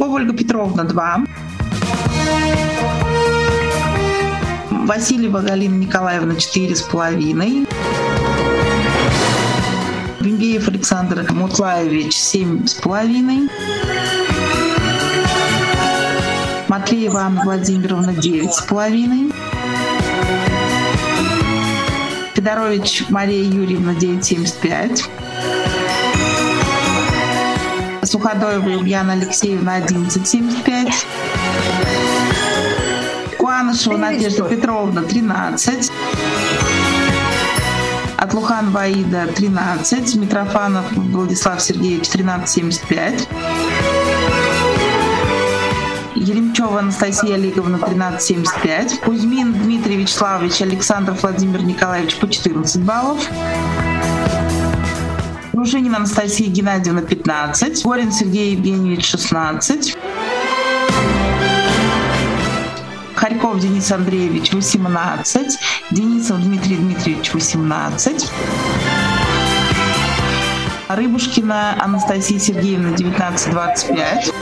Speaker 7: Петрова Ольга Петровна 2. Васильева Галина Николаевна 4,5. Бимбеев Александр Мутлаевич 7,5. Матвеева Анна Владимировна 9,5. Федорович Мария Юрьевна 9,75. Суходоева Ульяна Алексеевна 11,75. Куанышева Надежда Петровна 13. Атлуханова Аида 13. Митрофанов Владислав Сергеевич 13,75. Еремчева Анастасия Олеговна 13,75. Кузьмин Дмитрий Вячеславович Александров Владимир Николаевич по 14 баллов. Дружинина Анастасия Геннадьевна 15. Горин Сергей Евгеньевич 16. Харьков Денис Андреевич 18. Денисов Дмитрий Дмитриевич 18. Рыбушкина Анастасия Сергеевна 19,25.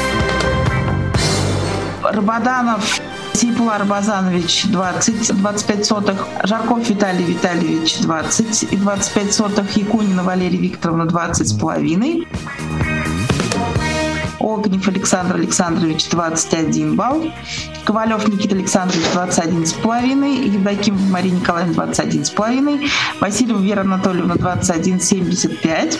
Speaker 7: Рабаданов Сейпула Арбазанович 20,25 сотых. Жарков Виталий Витальевич 20,25 сотых. Якунина Валерия Викторовна 20,5. Огнев Александр Александрович 21 балл. Ковалев Никита Александрович 21,5. Евдокимова Мария Николаевна 21,5. Васильева Вера Анатольевна 21,75.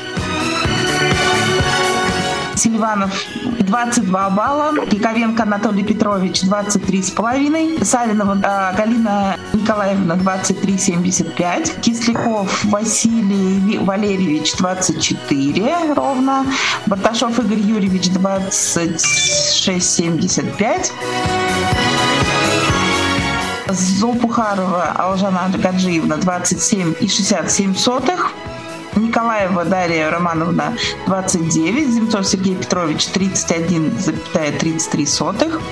Speaker 7: Селиванов 22 балла. Яковенко Анатолий Петрович 23,5. Савинова Галина Николаевна 23,75. Кисляков Василий Валерьевич 24 ровно. Барташов Игорь Юрьевич 26,75. Золпухарова Алжана Гаджиевна 27,67 сотых. Николаева Дарья Романовна 29, Земцов Сергей Петрович 31,33 сотых.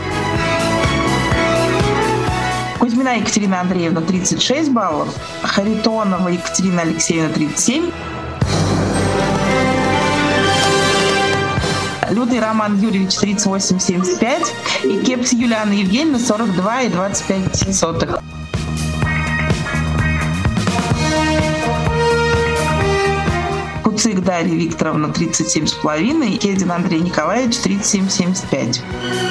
Speaker 7: Кузьмина Екатерина Андреевна 36 баллов. Харитонова Екатерина Алексеевна 37. Лютый Роман Юрьевич 38,75. И Кепс Юлиана Евгеньевна 42,25 сотых. Куцик Дарья Викторовна 37,5. И Кедин Андрей Николаевич 37,75.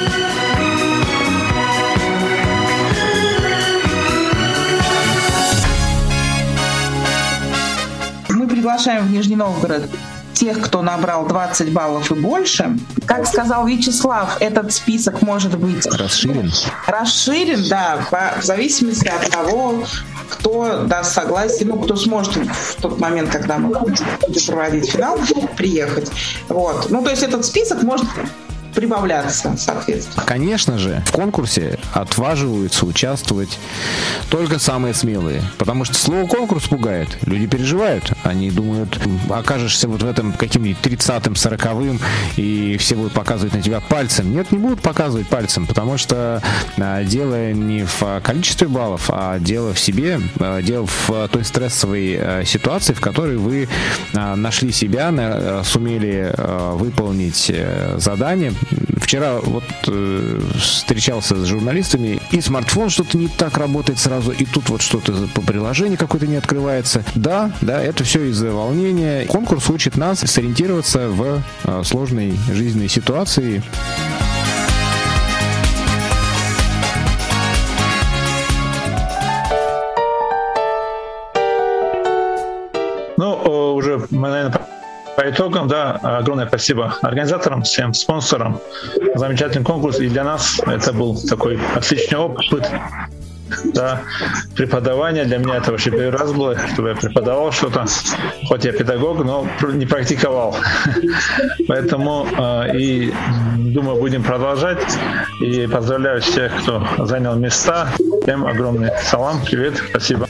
Speaker 7: Мы приглашаем в Нижний Новгород тех, кто набрал 20 баллов и больше. Как сказал Вячеслав, этот список может быть расширен, да, в зависимости от того, кто даст согласие, кто сможет в тот момент, когда мы будем проводить финал, приехать. Вот. То есть этот список может прибавляться, соответственно.
Speaker 5: Конечно же, в конкурсе отваживаются участвовать только самые смелые, потому что слово «конкурс» пугает. Люди переживают, они думают, окажешься вот в этом каким-нибудь 30-м, 40-м, и все будут показывать на тебя пальцем. Нет, не будут показывать пальцем, потому что дело не в количестве баллов, а дело в себе, дело в той стрессовой ситуации, в которой вы нашли себя, сумели выполнить задание. Вчера встречался с журналистами, и смартфон что-то не так работает сразу, и тут вот что-то по приложению какое-то не открывается. Да, это все из-за волнения. Конкурс учит нас сориентироваться в сложной жизненной ситуации.
Speaker 14: Уже мы, наверное, по итогам, огромное спасибо организаторам, всем спонсорам. Замечательный конкурс. И для нас это был такой отличный опыт. Преподавание для меня это вообще первый раз было, чтобы я преподавал что-то. Хоть я педагог, но не практиковал. Поэтому и думаю, будем продолжать. И поздравляю всех, кто занял места. Всем огромный салам, привет, спасибо.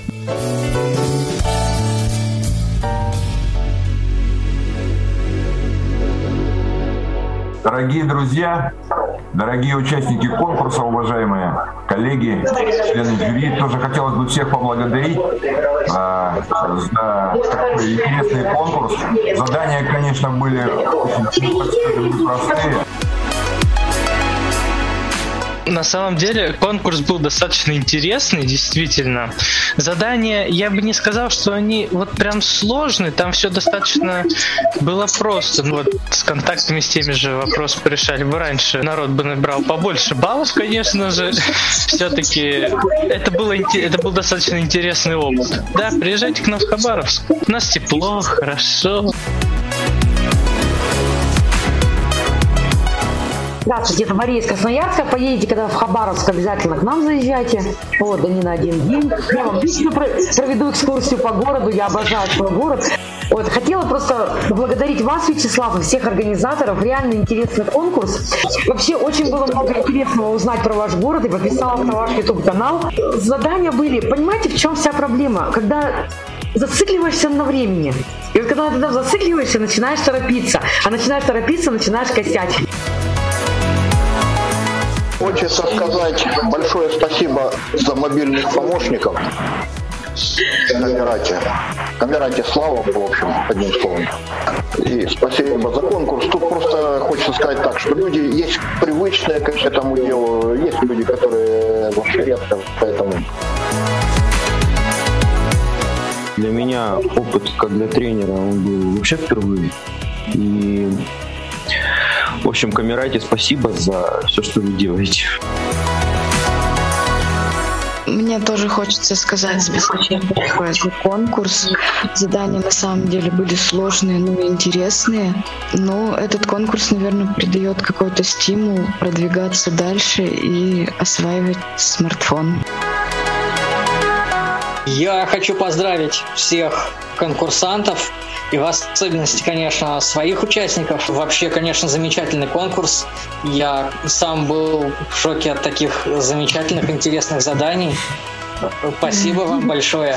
Speaker 9: Дорогие друзья, дорогие участники конкурса, уважаемые коллеги, члены жюри, тоже хотелось бы всех поблагодарить за такой интересный конкурс. Задания, конечно, были очень непростые.
Speaker 27: На самом деле конкурс был достаточно интересный, действительно. Задания, я бы не сказал, что они вот прям сложные, там все достаточно было просто. Вот с контактами с теми же вопросы порешали бы раньше. Народ бы набрал побольше баллов, конечно же. Все-таки это был достаточно интересный опыт. Да, приезжайте к нам в Хабаровск. У нас тепло, хорошо.
Speaker 18: Здравствуйте, это Мария из Красноярска. Поедете, когда в Хабаровск, обязательно к нам заезжайте. Вот, да не на один день. Я вам лично проведу экскурсию по городу. Я обожаю свой город. Вот, хотела просто поблагодарить вас, Вячеслав, и всех организаторов. Реально интересный конкурс. Вообще очень было много интересного узнать про ваш город и подписалась на ваш YouTube-канал. Задания были. Понимаете, в чем вся проблема? Когда зацикливаешься на времени. И вот когда ты там зацикливаешься, начинаешь торопиться. А начинаешь торопиться, начинаешь косячить.
Speaker 8: Хочется сказать большое спасибо за мобильных помощников. Камерате слава, в общем, одним словом. И спасибо за конкурс. Тут просто хочется сказать так, что люди есть привычные к этому делу, есть люди, которые вообще редко, поэтому...
Speaker 11: Для меня опыт как для тренера, он был вообще впервые. И, в общем, Камерате спасибо за все, что вы делаете.
Speaker 10: Мне тоже хочется сказать спасибо большое за конкурс. Задания на самом деле были сложные, но интересные. Но этот конкурс, наверное, придает какой-то стимул продвигаться дальше и осваивать смартфон.
Speaker 6: Я хочу поздравить всех конкурсантов и в особенности, конечно, своих участников. Вообще, конечно, замечательный конкурс. Я сам был в шоке от таких замечательных, интересных заданий. Спасибо вам большое.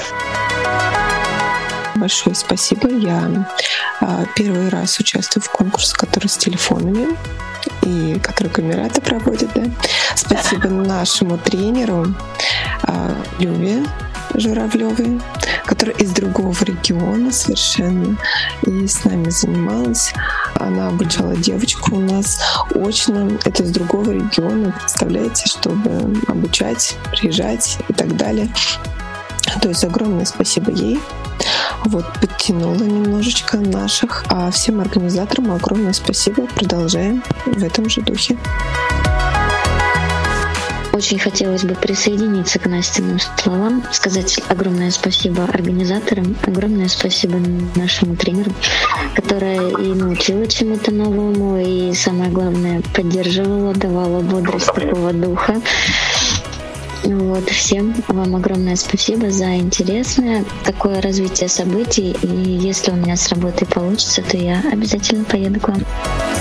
Speaker 20: Большое спасибо. Я первый раз участвую в конкурсе, который с телефонами и который Камерата проводит. Да? Спасибо нашему тренеру Любе Журавлевой, которая из другого региона совершенно и с нами занималась. Она обучала девочку у нас очно. Это из другого региона, представляете, чтобы обучать, приезжать и так далее. То есть огромное спасибо ей. Вот, подтянула немножечко наших. А всем организаторам огромное спасибо. Продолжаем в этом же духе.
Speaker 15: Очень хотелось бы присоединиться к Настиным словам, сказать огромное спасибо организаторам, огромное спасибо нашему тренеру, которая и научила чему-то новому, и самое главное, поддерживала, давала бодрость такого духа. Вот, всем вам огромное спасибо за интересное такое развитие событий, и если у меня с работой получится, то я обязательно поеду к вам.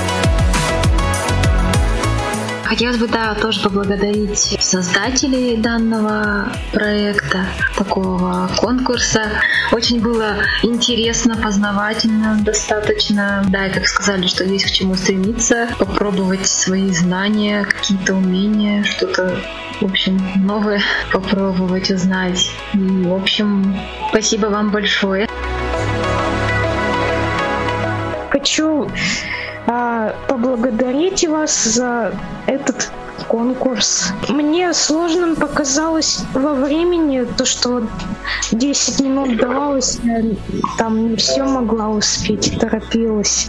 Speaker 21: Хотелось бы, тоже поблагодарить создателей данного проекта, такого конкурса. Очень было интересно, познавательно достаточно. Да, и как сказали, что есть к чему стремиться, попробовать свои знания, какие-то умения, что-то, в общем, новое попробовать, узнать. И, в общем, спасибо вам большое.
Speaker 22: Хочу поблагодарить вас за этот конкурс. Мне сложным показалось во времени то, что 10 минут давалось, я там не все могла успеть, торопилась.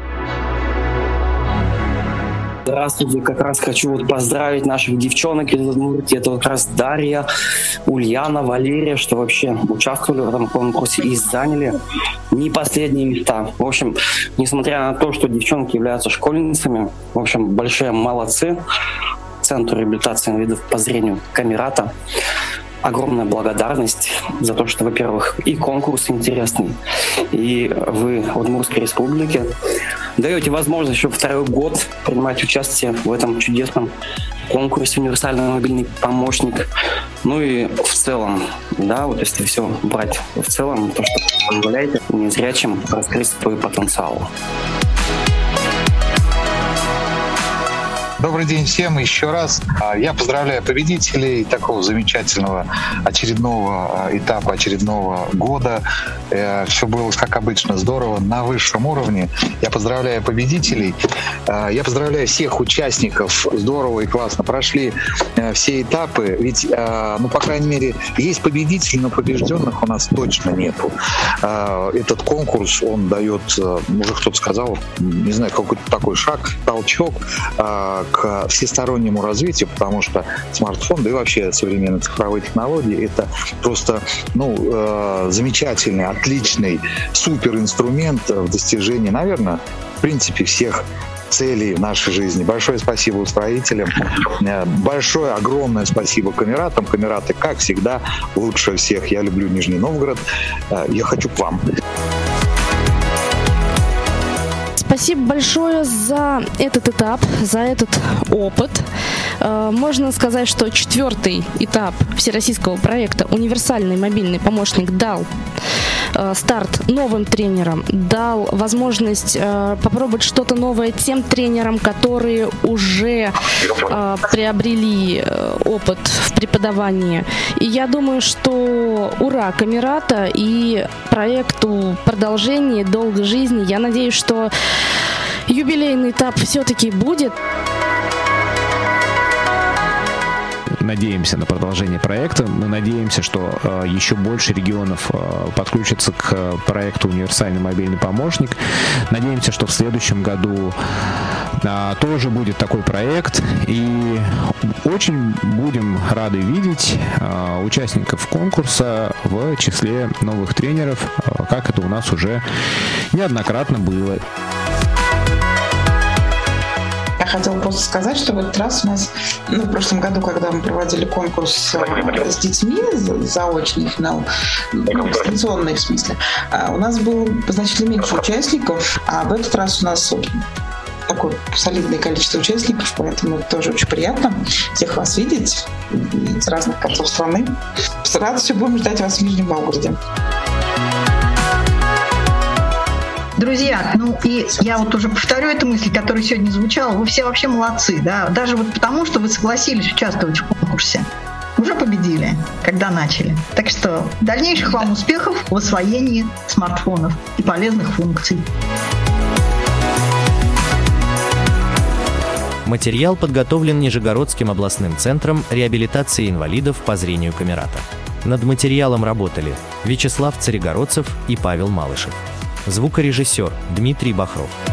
Speaker 23: Здравствуйте, как раз хочу поздравить наших девчонок из Удмуртии. Это как раз Дарья, Ульяна, Валерия, что вообще участвовали в этом конкурсе и заняли не последние места. В общем, несмотря на то, что девчонки являются школьницами, в общем, большие молодцы. Центру реабилитации инвалидов по зрению Камерата. Огромная благодарность за то, что, во-первых, и конкурс интересный, и вы в Удмуртской республике даете возможность еще второй год принимать участие в этом чудесном конкурсе «Универсальный мобильный помощник». Ну и в целом, да, вот если все брать в целом, то, что позволяет незрячим раскрыть свой потенциал.
Speaker 3: Добрый день всем еще раз. Я поздравляю победителей такого замечательного очередного этапа, очередного года. Все было, как обычно, здорово, на высшем уровне. Я поздравляю победителей. Я поздравляю всех участников. Здорово и классно прошли все этапы. Ведь, по крайней мере, есть победители, но побежденных у нас точно нету. Этот конкурс, он дает, уже кто-то сказал, не знаю, какой-то такой шаг, толчок к всестороннему развитию, потому что смартфон, да и вообще современные цифровые технологии, это просто замечательный, отличный, супер инструмент в достижении, наверное, в принципе, всех целей в нашей жизни. Большое спасибо устроителям. Большое, огромное спасибо камератам. Камераты, как всегда, лучше всех. Я люблю Нижний Новгород. Я хочу к вам.
Speaker 2: Спасибо большое за этот этап, за этот опыт. Можно сказать, что 4-й этап всероссийского проекта «Универсальный мобильный помощник» дал старт новым тренерам, дал возможность попробовать что-то новое тем тренерам, которые уже приобрели опыт в преподавании. И я думаю, что ура Камерата и проекту продолжение, долгой жизни. Я надеюсь, что юбилейный этап все-таки будет.
Speaker 5: Надеемся на продолжение проекта. Мы надеемся, что еще больше регионов подключатся к проекту «Универсальный мобильный помощник». Надеемся, что в следующем году тоже будет такой проект. И очень будем рады видеть участников конкурса в числе новых тренеров, как это у нас уже неоднократно было.
Speaker 7: Я хотела просто сказать, что в этот раз у нас, в прошлом году, когда мы проводили конкурс с детьми, заочный финал, дистанционный в смысле, у нас было значительно меньше участников, а в этот раз у нас такое солидное количество участников, поэтому это тоже очень приятно всех вас видеть из разных концов страны. С радостью будем ждать вас в Нижнем Новгороде.
Speaker 12: Друзья, и я уже повторю эту мысль, которая сегодня звучала. Вы все вообще молодцы, да? Даже потому, что вы согласились участвовать в конкурсе. Уже победили, когда начали. Так что дальнейших вам успехов в освоении смартфонов и полезных функций.
Speaker 13: Материал подготовлен Нижегородским областным центром реабилитации инвалидов по зрению Камерата. Над материалом работали Вячеслав Царегородцев и Павел Малышев. Звукорежиссер Дмитрий Бахров.